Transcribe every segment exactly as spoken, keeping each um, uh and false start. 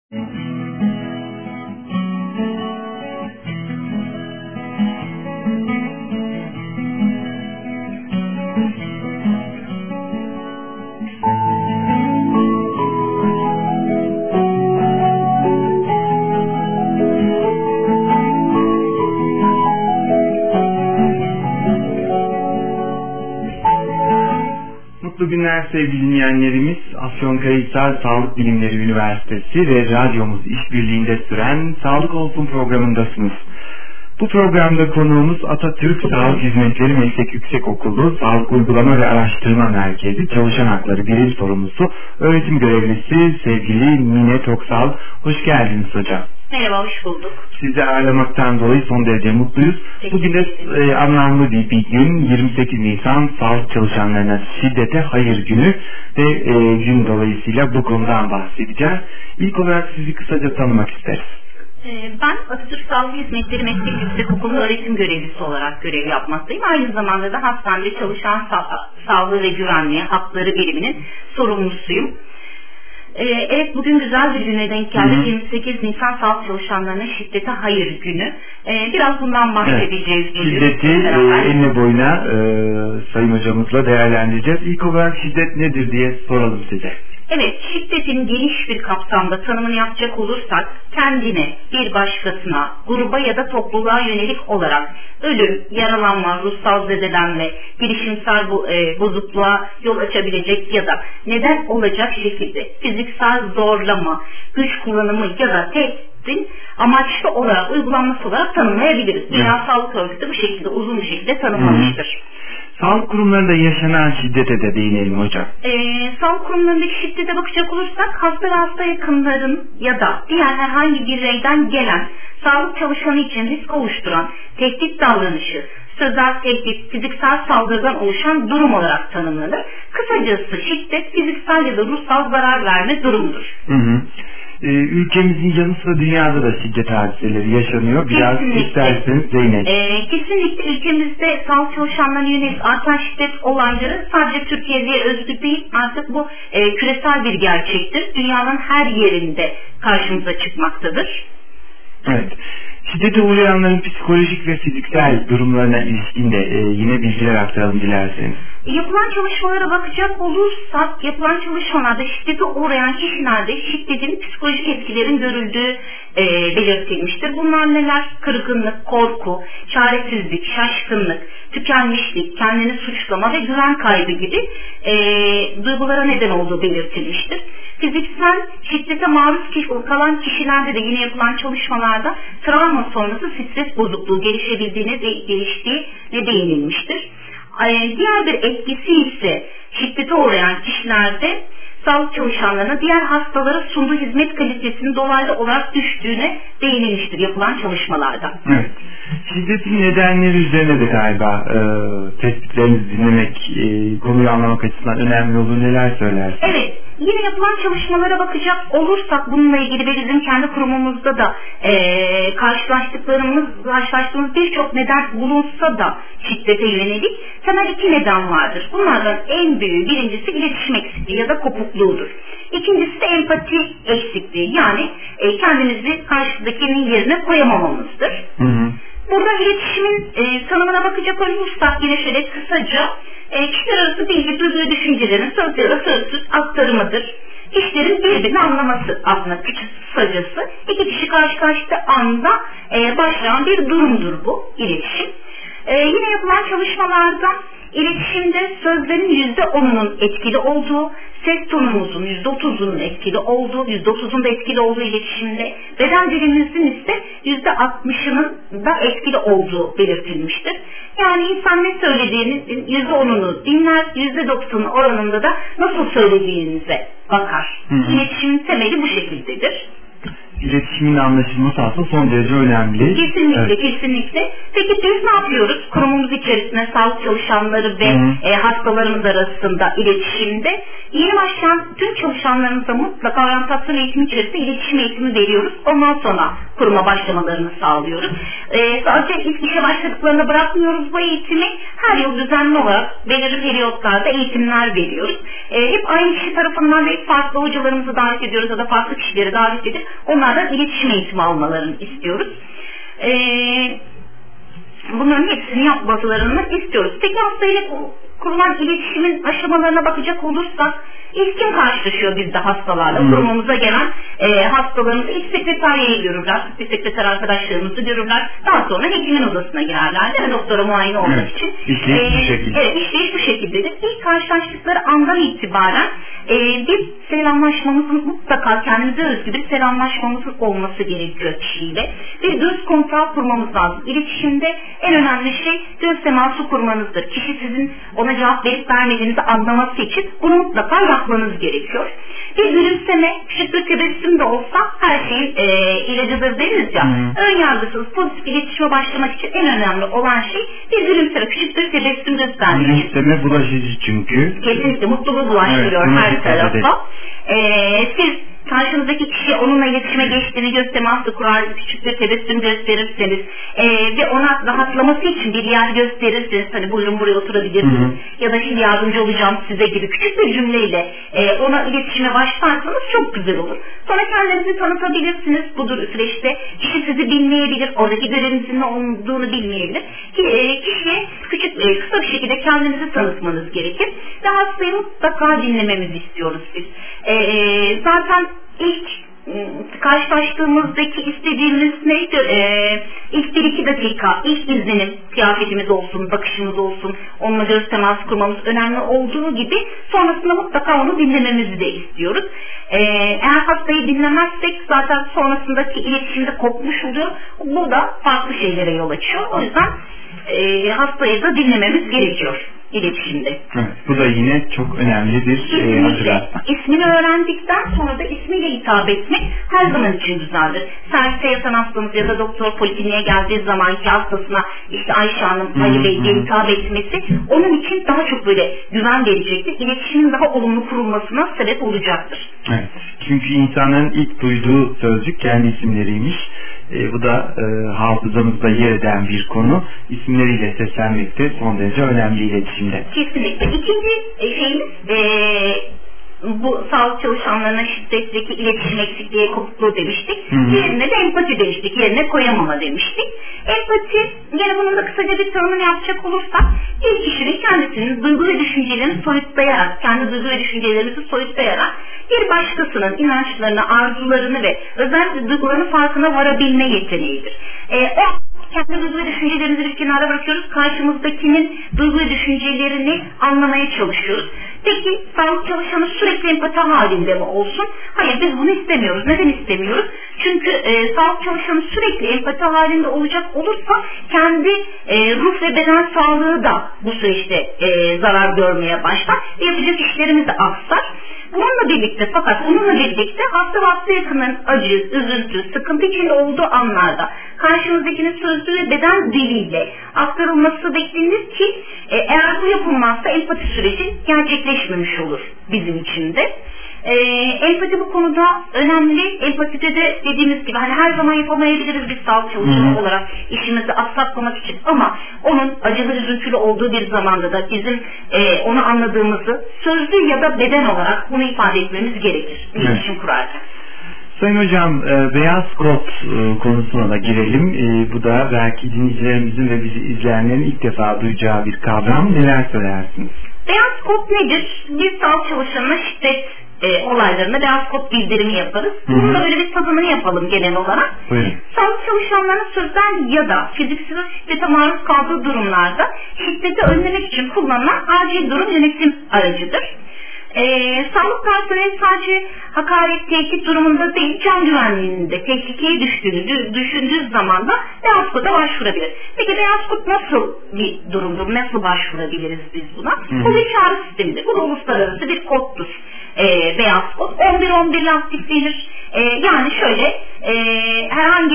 Mutlu günler sevgili dinleyenlerimiz. Afyonkarahisar Sağlık Bilimleri Üniversitesi ve radyomuz işbirliğinde süren Sağlık Olsun programındasınız. Bu programda konuğumuz Atatürk Sağlık Hizmetleri Meslek Yüksekokulu Sağlık Uygulama ve Araştırma Merkezi Çalışan Hakları Birim Sorumlusu Öğretim Görevlisi sevgili Mine Toksal. Hoş geldiniz hocam. Merhaba, hoş bulduk. Sizi ağırlamaktan dolayı son derece mutluyuz. Bugün de e, anlamlı bir, bir gün, yirmi sekiz Nisan Sağlık Çalışanlarına Şiddete Hayır Günü ve e, gün dolayısıyla bu konudan bahsedeceğiz. İlk olarak sizi kısaca tanımak isteriz. Ben Atatürk Sağlık Hizmetleri Meslek Yüksekokulu öğretim görevlisi olarak görev yapmaktayım. Aynı zamanda da hastanede çalışan sa- sağlığı ve güvenliği hakları biriminin sorumlusuyum. Evet, bugün güzel bir güne denk geldik. yirmi sekiz Nisan Sağlık Çalışanlarına Şiddete Hayır Günü. Biraz bundan bahsedeceğiz. Evet, şiddeti e, enine boyuna e, Sayın Hocamızla değerlendireceğiz. İlk olarak şiddet nedir diye soralım size. Evet, şiddetin geniş bir kapsamda tanımını yapacak olursak, kendine, bir başkasına, gruba ya da topluluğa yönelik olarak ölüm, yaralanma, ruhsal zedelenme, girişimsel bu, e, bozukluğa yol açabilecek ya da neden olacak şekilde fiziksel zorlama, güç kullanımı ya da tehditin amaçlı olarak uygulanması olarak tanımlayabiliriz. Evet. Dünya Sağlık Örgütü bu şekilde uzun bir şekilde tanımlamıştır. Hı. Sağlık kurumlarında yaşanan şiddete de değinelim hocam. Ee, sağlık kurumlarındaki şiddete bakacak olursak hasta ve hasta yakınların ya da diğer herhangi bir bireyden gelen sağlık çalışanı için risk oluşturan tehdit davranışı, sözel tehdit, fiziksel saldırıdan oluşan durum olarak tanımlanır. Kısacası şiddet fiziksel ya da ruhsal zarar verme durumudur. Hı hı. Ee, ülkemizin yanı sıra dünyada da şiddet hadiseleri yaşanıyor. Biraz kesinlikle isterseniz Zeynep. Ee, kesinlikle ülkemizde sağlık çalışanlarına yönelik artan şiddet olayları sadece Türkiye'ye özgü değil, artık bu e, küresel bir gerçektir. Dünyanın her yerinde karşımıza çıkmaktadır. Evet. Şiddete uğrayanların psikolojik ve fiziksel durumlarına ilişkin de e, yine bilgiler aktaralım dilerseniz. Yapılan çalışmalara bakacak olursak, yapılan çalışmalarda şiddete uğrayan kişilerde şiddetin psikolojik etkilerin görüldüğü e, belirtilmiştir. Bunlar neler? Kırgınlık, korku, çaresizlik, şaşkınlık, tükenmişlik, kendini suçlama ve güven kaybı gibi e, duygulara neden olduğu belirtilmiştir. Fiziksel şiddete maruz kalan kişilerde de yine yapılan çalışmalarda travma sonrası stres bozukluğu gelişebildiğine de geliştiğine değinilmiştir. Diğer bir etkisi ise şiddete uğrayan kişilerde sağlık çalışanlarına diğer hastalara sunduğu hizmet kalitesinin dolaylı olarak düştüğüne değinilmiştir yapılan çalışmalarda. Evet. Şiddetin nedenleri üzerine de galiba e, tespitlerinizi dinlemek, e, konuyu anlamak açısından önemli olur. Neler söylersiniz? Evet. Yine yapılan çalışmalara bakacak olursak bununla ilgili ve bizim kendi kurumumuzda da e, karşılaştıklarımız, karşılaştığımız birçok neden bulunsa da şiddete yönelik temel iki neden vardır. Bunlardan en büyüğü birincisi iletişim eksikliği ya da kopukluğudur. İkincisi de empati eksikliği, yani e, kendimizi karşıdakinin yerine koyamamamızdır. Hı hı. Burada iletişimin e, tanımına bakacak olursak yine şöyle kısaca e, kişiler arası bilgi, duygu ve düşüncelerin sözleri sözsüz aktarımıdır. Kişilerin birbirini anlaması aslında kısacası. İki kişi karşı karşıya anda e, başlayan bir durumdur bu iletişim. E, yine yapılan çalışmalarda iletişimde sözlerin yüzde onunun etkili olduğu, ses tonumuzun yüzde otuzunun etkili olduğu, yüzde otuzun da etkili olduğu iletişimde, beden dilimizin ise yüzde altmışının da etkili olduğu belirtilmiştir. Yani insan ne söylediğinin yüzde onunu dinler, yüzde doksanın oranında da nasıl söylediğinize bakar. Hı hı. İletişimin temeli bu şekildedir. İletişimin anlaşılması aslında son derece önemli. Kesinlikle, evet. kesinlikle. Peki biz ne yapıyoruz? Kurumumuz içerisinde sağlık çalışanları ve e, hastalarımız arasında iletişimde Yeni başlayan tüm çalışanlarımıza mutlaka oryantasyon eğitimi içerisinde iletişim eğitimi veriyoruz. Ondan sonra kuruma başlamalarını sağlıyoruz. Ee, sadece ilk işe başladıklarında bırakmıyoruz bu eğitimi. Her yıl düzenli olarak belirli periyotlarda eğitimler veriyoruz. Ee, hep aynı kişi tarafından ve farklı hocalarımızı davet ediyoruz ya da farklı kişileri davet edip onlardan iletişim eğitimi almalarını istiyoruz. Ee, bunların hepsini yapmalarını istiyoruz. Peki hastayla kurulan iletişimin aşamalarına bakacak olursak ilk kim karşılaşıyor bizde hastalarla? Hmm. Kurumumuza gelen e, hastalarımız ilk sekreteriyeyi görürler, bir sekreter arkadaşlarımızı görürler. Daha sonra hekimin odasına girerler değil mi? Doktora muayene olmak evet. için. İşleyiş ee, bu şekilde. Evet, işleyiş bu şekildedir. İlk karşılaştıkları andan itibaren e, bir selamlaşmamızın mutlaka kendimize özgü bir selamlaşmamızın olması gerekiyor kişiyle. Bir göz kontağı kurmamız lazım. İletişimde en önemli şey göz teması kurmanızdır. Kişi sizin ona cevap verip vermediğinizi anlaması için bunu mutlaka yapmanız gerekiyor. Bir gülümseme, küçük bir tebessüm de olsa her şeyin e, ilacıdır deriz ya. Hmm. Ön yargısız pozitif iletişime başlamak için en önemli olan şey bir gülümseme, küçük bir tebessüm göstermek. Gülümseme bulaşıcı çünkü. Kesinlikle mutluluğu bulaştırıyor evet, her tarafa. Ee, siz karşınızdaki kişi onunla iletişime geçtiğini göz teması kurar, küçük bir tebessüm gösterirseniz e, ve ona rahatlaması için bir yer gösterirseniz, hani buyurun buraya oturabilirsiniz hı hı. ya da şimdi yardımcı olacağım size gibi küçük bir cümleyle e, ona iletişime başlarsanız çok güzel olur. Sonra kendinizi tanıtabilirsiniz bu süreçte. Kişi sizi bilmeyebilir, oradaki görevinizin ne olduğunu bilmeyebilir. Ki, e, kişiye küçük e, kısa bir şekilde kendinizi tanıtmanız gerekir ve hastayı mutlaka dinlememizi istiyoruz biz. E, e, zaten İlk karşılaştığımızdaki istediğimiz neydi? Ee, ilk bir iki dakika, ilk izlenim, kıyafetimiz olsun, bakışımız olsun, onunla göz teması kurmamız önemli olduğu gibi sonrasında mutlaka onu dinlememizi de istiyoruz. Ee, eğer hastayı dinlemezsek zaten sonrasındaki iletişimde kopmuş oluyor. Bu da farklı şeylere yol açıyor. O yüzden e, hastayı da dinlememiz gerekiyor iletişimde. Evet, bu da yine çok önemli bir e, hatırlatma. İsmini öğrendikten sonra da ismiyle hitap etmek her zaman için güzeldir. Serviste yatan hastamız ya da doktor polikliniğe geldiği zamanki hastasına işte Ayşe Hanım, Ali Bey diye hitap etmesi onun için daha çok böyle güven verecektir. İletişimin daha olumlu kurulmasına sebep olacaktır. Evet, çünkü insanın ilk duyduğu sözcük kendi isimleriymiş. E, bu da e, hafızamızda yer eden bir konu. İsimleriyle seslenmek de son derece önemli iletişimde. Kesinlikle. İkinci şeyimiz e, bu sağlık çalışanlarına şiddetteki iletişim eksikliği, kopukluğu demiştik. Hı-hı. Yerine de empati demiştik. Yerine koyamama demiştik. Empati, yine bunun da kısaca bir tanımını yapacak olursak bir kişinin kendisinin duygu ve düşüncelerini soyutlayarak, kendi duygu ve düşüncelerimizi soyutlayarak bir başkasının inançlarını, arzularını ve özellikle duygularının farkına varabilme yeteneğidir. E, o kendi duygu ve düşüncelerimizi bir kenara bırakıyoruz. Karşımızdakinin duygu ve düşüncelerini anlamaya çalışıyoruz. Peki sağlık çalışanı sürekli empati halinde mi olsun? Hayır, biz bunu istemiyoruz. Neden istemiyoruz? Çünkü e, sağlık çalışanı sürekli empati halinde olacak olursa kendi e, ruh ve beden sağlığı da bu süreçte e, zarar görmeye başlar. Yapacak işlerimiz de aksar. Bununla birlikte fakat bununla birlikte hasta ve hasta yakınların acı, üzüntü, sıkıntı içinde olduğu anlarda karşımızdakinin sözlü ve beden diliyle aktarılması beklenir ki e, eğer bu yapılmazsa empati süreci gerçekleşmemiş olur bizim için de. E, empati bu konuda önemli. Empatide de dediğimiz gibi hani her zaman yapamayabiliriz biz sağlık çalışanı olarak işimizi aksatmamak için ama onun acılı üzüntülü olduğu bir zamanda da bizim e, onu anladığımızı sözlü ya da beden olarak bunu ifade etmemiz gerekir. İletişim evet. kurarken. Sayın Hocam, e, beyaz kod e, konusuna da girelim. E, bu da belki dinleyicilerimizin ve bizi izleyenlerin ilk defa duyacağı bir kavram. Neler söylersiniz? Beyaz kod nedir? Biz sağlık çalışanına şiddet E, olaylarında beyaz kod bildirimi yaparız. Bunun da böyle bir tadını yapalım genel olarak. Buyurun. Sağlık çalışanlarının sözel ya da fiziksel şiddete maruz kaldığı durumlarda şiddeti önlemek için kullanılan acil durum yönetim aracıdır. Ee, sağlık personeli sadece hakaret, tehdit durumunda değil, can güvenliğinin de tehlikeye düştüğünü düşündüğü zaman da beyaz koda başvurabilir. Peki beyaz kod nasıl bir durumdur? Nasıl başvurabiliriz biz buna? Hı. Bu bir çağrı sistemidir. Bu da uluslararası bir koddur. Ee, beyaz kod on bir on bir ile aktiflenir. Ee, yani şöyle e, herhangi bir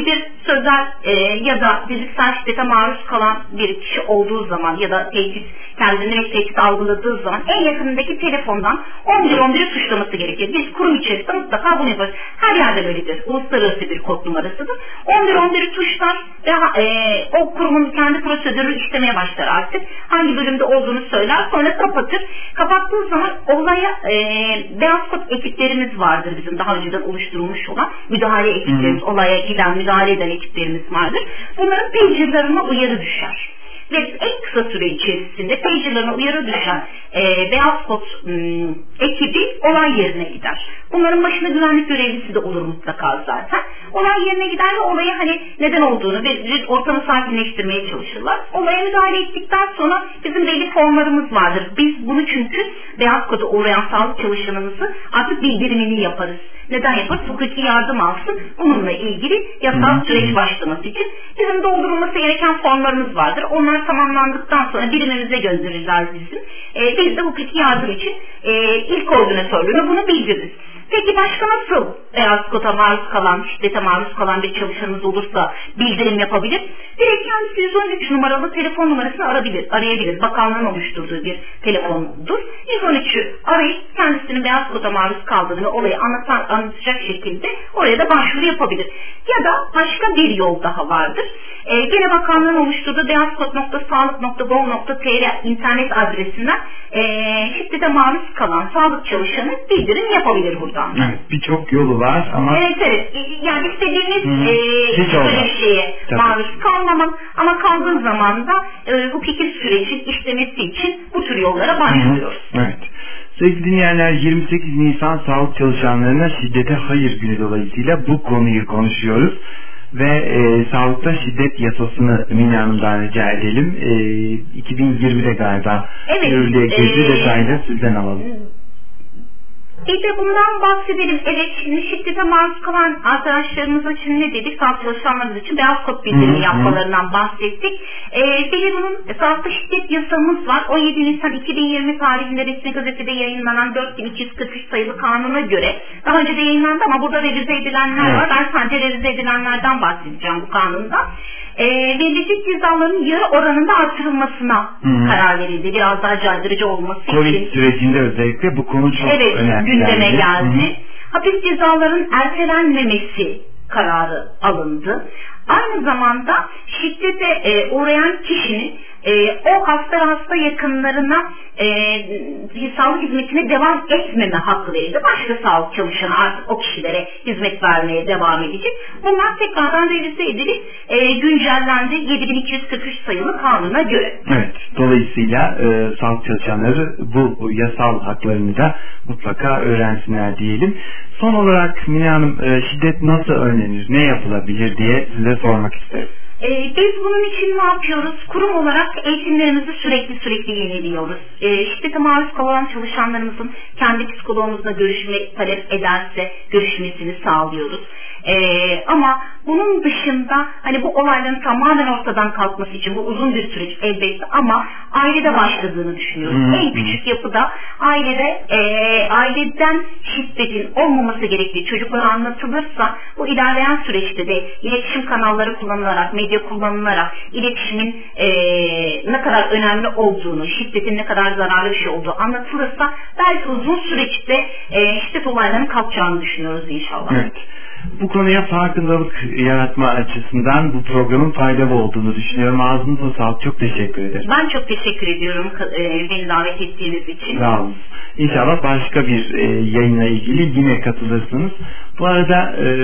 sözel e, ya da fiziksel şiddete maruz kalan bir kişi olduğu zaman ya da tehdit, kendini tehdit algıladığı zaman en yakınındaki telefondan on bir on biri tuşlaması gerekir. Biz kurum içerisinde mutlaka bunu yaparız. Her yerde böyledir. Uluslararası bir kod numarasıdır. on bir on biri tuşlar ve e, o kurumun kendi prosedürü işlemeye başlar artık. Hangi bölümde olduğunu söyler, sonra kapatır. Kapattığı zaman olaya e, beyaz kod ekiplerimiz vardır bizim daha önceden oluşturulmuş olan müdahale ekiplerimiz, hmm. olaya giden müdahale eden ekiplerimiz vardır. Bunların pagerlarına uyarı düşer. Ve en kısa süre içerisinde pagerlarına uyarı düşen e, beyaz kod m, ekibi olay yerine gider. Bunların başında güvenlik görevlisi de olur mutlaka zaten. Olay yerine gider ve olaya hani neden olduğunu ve ortamı sakinleştirmeye çalışırlar. Olaya müdahale ettikten sonra bizim belli formlarımız vardır. Biz bunu çünkü beyaz koda uğrayan sağlık çalışanımızı artık bildirimini yaparız. Neden yaparız? Hukuki yardım alsın. Bununla ilgili yasal süreç başlaması için bizim doldurulması gereken formlarımız vardır. Onlar tamamlandıktan sonra birimimize gönderirler bizim. Ee, biz de hukuki yardım için e, il koordinatörlüğüne bunu bildiririz. Peki başka nasıl beyaz koda maruz kalan, şiddete maruz kalan bir çalışanımız olursa bildirim yapabilir? Direkt kendisi yüz on üç numaralı telefon numarasını arayabilir, arayabilir. Bakanlığın oluşturduğu bir telefondur. yüz on üçü arayıp kendisinin beyaz koda maruz kaldığını ve olayı anlatan, anlatacak şekilde oraya da başvuru yapabilir. Ya da başka bir yol daha vardır. Ee, gene bakanlığın oluşturduğu beyazkod nokta sağlık nokta gov nokta tr internet adresinden e, şiddete maruz kalan sağlık çalışanı bildirim yapabilir buradan. Evet, birçok yolu var ama... Evet evet, yani istediğiniz e, böyle bir şeye Tabii. maruz kalmamak ama kaldığı zaman da e, hukuki sürecin işlemesi için bu tür yollara başvuruyoruz. Evet. Sevgili dinleyenler, yirmi sekiz Nisan Sağlık Çalışanlarına Şiddete Hayır Günü dolayısıyla bu konuyu konuşuyoruz. Ve e, sağlıkta şiddet yasasını Mine Hanım'dan rica edelim. E, iki bin yirmide galiba evet, yürürlüğe girdi. E, Detaylı sizden alalım. Bir de bundan bahsedelim. Evet, şimdi şiddete maruz kalan arkadaşlarımız için ne dedik? Sağlık çalışanlarımız için beyaz kod bildirimi yapmalarından bahsettik. Ee, bir de bunun sağlıkta şiddet yasamız var. on yedi Nisan iki bin yirmi tarihinde resmi gazetede yayınlanan dört bin iki yüz kırk üç sayılı kanuna göre daha önce de yayınlandı ama burada revize edilenler evet. var. Ben sadece revize edilenlerden bahsedeceğim bu kanunda. E, verilecek cezaların yarı oranında artırılmasına hmm. karar verildi. Biraz daha caydırıcı olması Covid için. Covid sürecinde özellikle bu konu çok evet, önemli. Gündeme geldi. geldi. Hmm. Hapis cezaların ertelenmemesi kararı alındı. Aynı zamanda şiddete e, uğrayan kişinin e, o hasta ve hasta yakınlarına e, sağlık hizmetine devam etmeme hakkı verildi. Başka sağlık çalışanı artık o kişilere hizmet vermeye devam edecek. Bunlar tekrardan revize edilip e, güncellendi yedi bin iki yüz kırk üç sayılı kanuna göre. Evet, dolayısıyla e, sağlık çalışanları bu, bu yasal haklarını da mutlaka öğrensinler diyelim. Son olarak Mine Hanım, e, şiddet nasıl önlenir, ne yapılabilir diye size sormak isterim. Ee, biz bunun için ne yapıyoruz? Kurum olarak eğitimlerimizi sürekli sürekli yeniliyoruz. Ee, şiddete maruz kalan çalışanlarımızın kendi psikologumuzla görüşme talep ederse görüşmesini sağlıyoruz. Ee, ama bunun dışında hani bu olayların tamamen ortadan kalkması için bu uzun bir süreç elbette ama ailede başladığını düşünüyoruz. Hmm. En küçük yapıda ailede e, aileden şiddetin olmaması gerektiği çocuklara anlatılırsa bu ilerleyen süreçte de iletişim kanalları kullanılarak, medya kullanılarak iletişimin e, ne kadar önemli olduğunu, şiddetin ne kadar zararlı bir şey olduğu anlatılırsa belki uzun süreçte e, şiddet olaylarının kalkacağını düşünüyoruz inşallah. Evet. Bu konuya farkındalık yaratma açısından bu programın faydalı olduğunu düşünüyorum. Ağzınıza sağlık. Çok teşekkür ederim. Ben çok teşekkür ediyorum e, beni davet ettiğiniz için. Sağ olun. İnşallah başka bir e, yayınla ilgili yine katılırsınız. Bu arada e,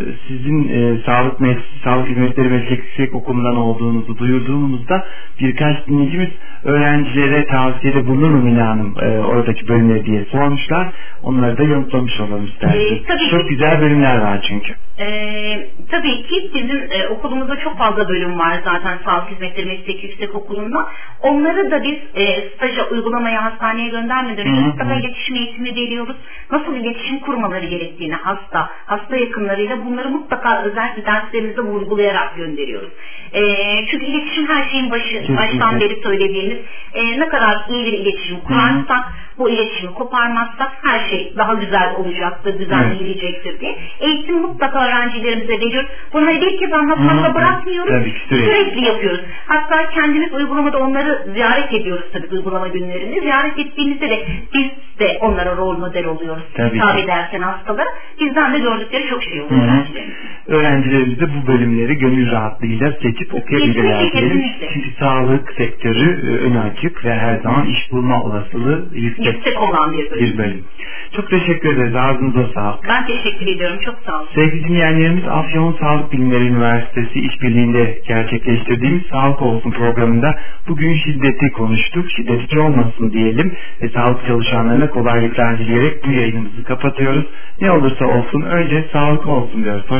sizin e, sağlık mes sağlık hizmetleri meslek yüksek okulundan olduğunuzu duyurduğumuzda birkaç dinleyicimiz öğrencilere tavsiyede bulunur mu Mine Hanım e, oradaki bölümleri diye sormuşlar. Onları da yanıtlamış olalım isterseniz. E, çok ki, güzel bölümler var çünkü. E, tabii ki bizim e, okulumuzda çok fazla bölüm var zaten sağlık hizmetleri meslek yüksek okulunda. Onları da biz e, staja, uygulamaya, hastaneye göndermeden önce mutlaka iletişim eğitimi veriyoruz. Nasıl iletişim kurmaları gerektiğini hasta, hasta yakınlarıyla bunları mutlaka özellikle derslerimizde vurgulayarak gönderiyoruz. E, çünkü iletişim her şeyin başı, Kesinlikle. baştan beri söylediğimiz e, ne kadar iyi bir iletişim kurarsak, bu iletişimi koparmazsak her şey daha güzel olacaktır, düzenleyecektir diye. Eğitim tecrübesini mutlaka öğrencilerimize veriyoruz. Bunları bir kez anlatmakla bırakmıyoruz. Tabii, sürekli. sürekli yapıyoruz. Hatta kendimiz uygulamada onları ziyaret ediyoruz tabii uygulama günlerinde. Ziyaret ettiğimizde de biz de onlara rol model oluyoruz. Hitap ederken hastalara. Bizden de gördükleri çok şey oluyor öğrencilerimiz. Öğrencilerimiz de bu bölümleri gönül rahatlığıyla seçip okuyabilirler diyelim. Çünkü sağlık sektörü önü açık ve her zaman iş bulma olasılığı yüksek, yüksek olan bir bölüm. bir bölüm. Çok teşekkür ederiz. Ağzınıza sağlık. Ben teşekkür ediyorum. Çok sağ olun. Sevgili dinleyenlerimiz, Afyon Sağlık Bilimleri Üniversitesi işbirliğinde gerçekleştirdiğimiz Sağlık Olsun programında bugün şiddeti konuştuk. Şiddetli olmasın diyelim ve sağlık çalışanlarına kolaylıklar dileyerek bu yayınımızı kapatıyoruz. Ne olursa olsun önce sağlık olsun diyoruz.